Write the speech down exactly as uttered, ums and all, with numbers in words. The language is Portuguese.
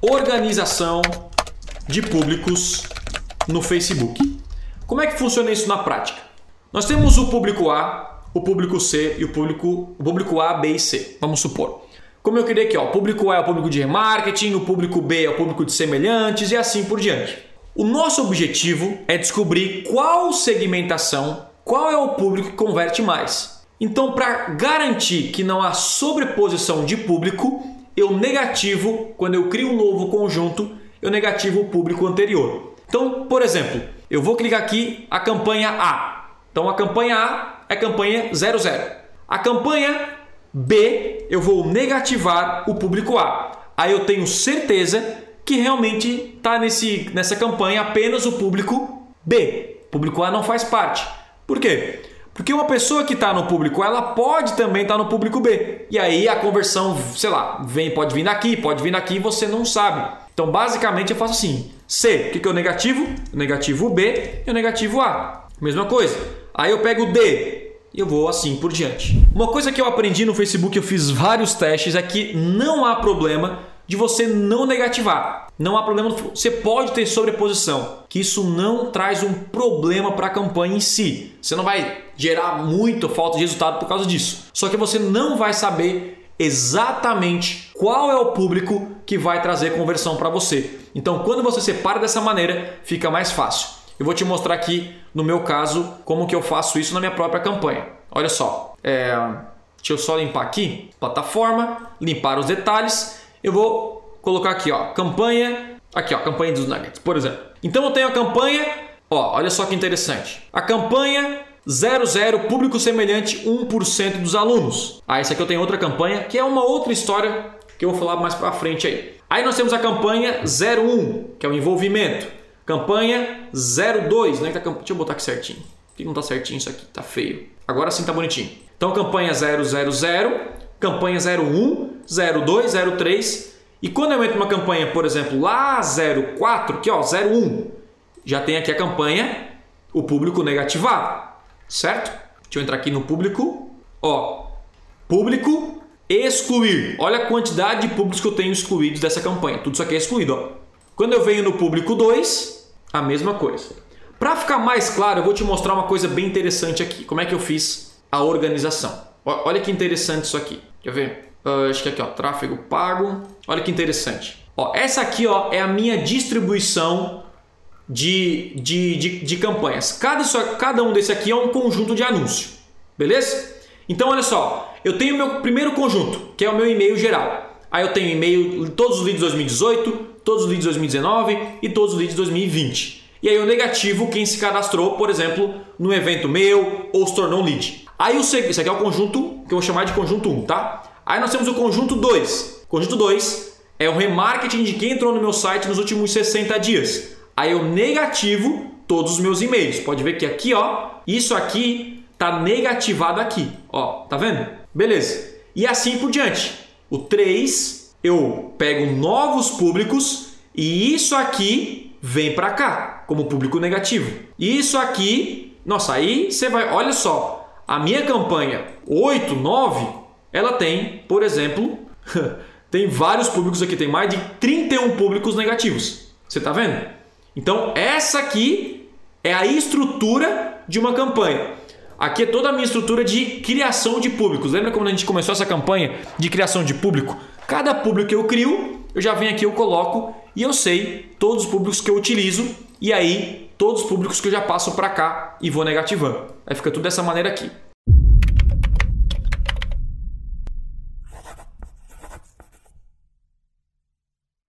Organização de públicos no Facebook. Como é que funciona isso na prática? Nós temos o público A, o público C e o público, o público A, B e C, vamos supor. Como eu queria aqui, ó, o público A é o público de remarketing, o público B é o público de semelhantes e assim por diante. O nosso objetivo é descobrir qual segmentação, qual é o público que converte mais. Então, para garantir que não há sobreposição de público, eu negativo, quando eu crio um novo conjunto, eu negativo o público anterior. Então, por exemplo, eu vou clicar aqui a campanha A. Então, a campanha A é a campanha zero zero. A campanha B, eu vou negativar o público A. Aí eu tenho certeza que realmente está nessa campanha apenas o público B. O público A não faz parte. Por quê? Porque uma pessoa que está no público A, ela pode também estar no público B. E aí a conversão, sei lá, vem, pode vir daqui, pode vir daqui e você não sabe. Então, basicamente, eu faço assim. C, o que, que eu negativo? Eu negativo o B e eu negativo A. Mesma coisa. Aí eu pego o D e eu vou assim por diante. Uma coisa que eu aprendi no Facebook, eu fiz vários testes, é que não há problema de você não negativar. Não há problema, você pode ter sobreposição, que isso não traz um problema para a campanha em si. Você não vai gerar muita falta de resultado por causa disso. Só que você não vai saber exatamente qual é o público que vai trazer conversão para você. Então, quando você separa dessa maneira, fica mais fácil. Eu vou te mostrar aqui, no meu caso, como que eu faço isso na minha própria campanha. Olha só, é... deixa eu só limpar aqui, plataforma, limpar os detalhes. Eu vou colocar aqui, ó, campanha, aqui, ó, campanha dos nuggets, por exemplo. Então eu tenho a campanha, ó, olha só que interessante. A campanha zero zero, público semelhante, um por cento dos alunos. Ah, essa aqui eu tenho outra campanha, que é uma outra história que eu vou falar mais pra frente aí. Aí nós temos a campanha zero um, que é o envolvimento. Campanha zero dois, né? Deixa eu botar aqui certinho. Por que não tá certinho isso aqui? Tá feio. Agora sim tá bonitinho. Então campanha zero zero zero, campanha zero um, zero dois, zero três. E quando eu entro numa campanha, por exemplo, lá zero quatro, aqui ó, zero um, já tem aqui a campanha, o público negativado, certo? Deixa eu entrar aqui no público, ó, público excluir. Olha a quantidade de públicos que eu tenho excluídos dessa campanha. Tudo isso aqui é excluído, ó. Quando eu venho no público dois, a mesma coisa. Para ficar mais claro, eu vou te mostrar uma coisa bem interessante aqui. Como é que eu fiz a organização? Olha que interessante isso aqui. Quer ver? Uh, acho que aqui, ó, tráfego pago. Olha que interessante. Ó, essa aqui, ó, é a minha distribuição de, de, de, de campanhas. Cada, cada um desse aqui é um conjunto de anúncio. Beleza? Então, olha só. Eu tenho o meu primeiro conjunto, que é o meu e-mail geral. Aí eu tenho e-mail, todos os leads de dois mil e dezoito, todos os leads de dois mil e dezenove e todos os leads de dois mil e vinte. E aí eu negativo quem se cadastrou, por exemplo, no evento meu ou se tornou um lead. Aí o seguinte, isso aqui é o conjunto que eu vou chamar de conjunto um, tá? Aí nós temos o conjunto dois. Conjunto dois é o remarketing de quem entrou no meu site nos últimos sessenta dias. Aí eu negativo todos os meus e-mails. Pode ver que aqui, ó, isso aqui tá negativado aqui, ó, tá vendo? Beleza. E assim por diante. O três, eu pego novos públicos e isso aqui vem para cá como público negativo. E isso aqui, nossa, aí você vai, olha só, a minha campanha oito, nove, ela tem, por exemplo, tem vários públicos aqui, tem mais de trinta e um públicos negativos. Você está vendo? Então, essa aqui é a estrutura de uma campanha. Aqui é toda a minha estrutura de criação de públicos. Lembra quando a gente começou essa campanha de criação de público? Cada público que eu crio, eu já venho aqui, eu coloco e eu sei todos os públicos que eu utilizo e aí todos os públicos que eu já passo para cá e vou negativando. Aí fica tudo dessa maneira aqui.